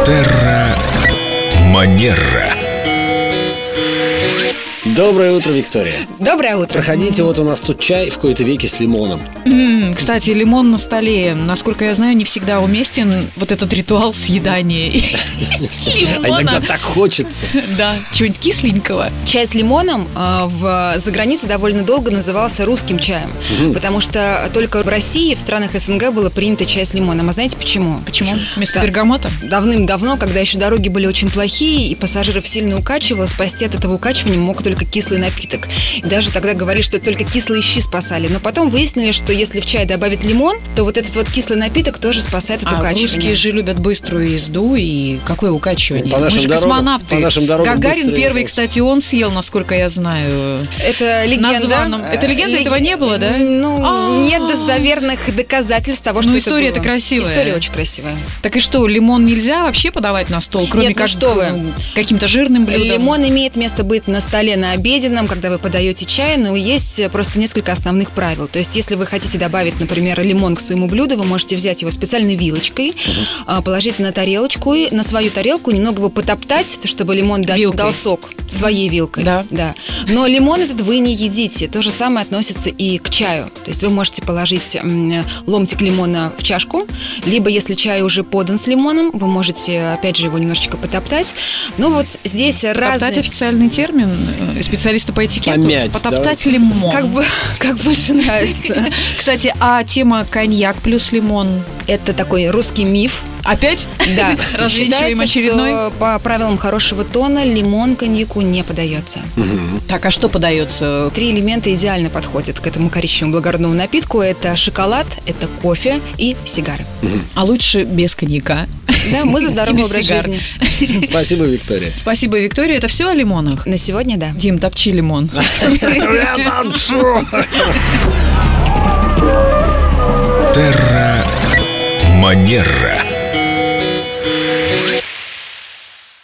Терра Манера. Доброе утро, Виктория. Доброе утро. Проходите, вот у нас тут чай в кои-то веки с лимоном. Кстати, лимон на столе, насколько я знаю, не всегда уместен вот этот ритуал съедания А иногда лимона. так хочется. Да, чего-нибудь кисленького. Чай с лимоном за границей довольно долго назывался русским чаем, потому что только в России, в странах СНГ было принято чай с лимоном. А знаете почему? Почему? Вместо Да. бергамота? Давным-давно, когда еще дороги были очень плохие и пассажиров сильно укачивало, спасти от этого укачивания мог только кислый напиток. И даже тогда говорили, что только кислые щи спасали. Но потом выяснили, что если в чай добавить лимон, то вот этот вот кислый напиток тоже спасает от укачивания. Русские же любят быструю езду и какое укачивание. По Мы нашим же дорогам- космонавты. по нашим дорогам Гагарин быстрее первый, ехать. кстати, он съел, насколько я знаю. Это легенда. Названном. Это легенда, этого не было, да? Ну, нет достоверных доказательств того, что Ну, это история-то было. красивая. История очень красивая. Так и что, лимон нельзя вообще подавать на стол, кроме Нет, ну как что вы. каким-то жирным блюдом? Лимон имеет место быть на столе на обеденном, когда вы подаете чай, но есть просто несколько основных правил. То есть, если вы хотите добавить, например, лимон к своему блюду, вы можете взять его специальной вилочкой, положить на тарелочку и на свою тарелку немного его потоптать, чтобы лимон Вилкой. дал сок своей вилкой. Да. Но лимон этот вы не едите. То же самое относится и к чаю. То есть вы можете положить ломтик лимона в чашку, либо если чай уже подан с лимоном, вы можете, опять же, его немножечко потоптать. Ну вот здесь Топтать разные... официальный термин специалиста по этикету. Помять, Потоптать давайте. лимон. Как больше нравится. Кстати, а тема коньяк плюс лимон? Это такой русский миф. Опять? Да. Развенчиваем Считается, очередной? что по правилам хорошего тона лимон коньяку не подается. Так, а что подается? 3 элемента идеально подходят к этому коричневому благородному напитку. Это шоколад, это кофе и сигары. А лучше без коньяка. Да, мы за здоровый Без образ сигар. жизни. Спасибо, Виктория. Спасибо, Виктория. Это все о лимонах? На сегодня, да. Дим, топчи лимон. Терра Манера.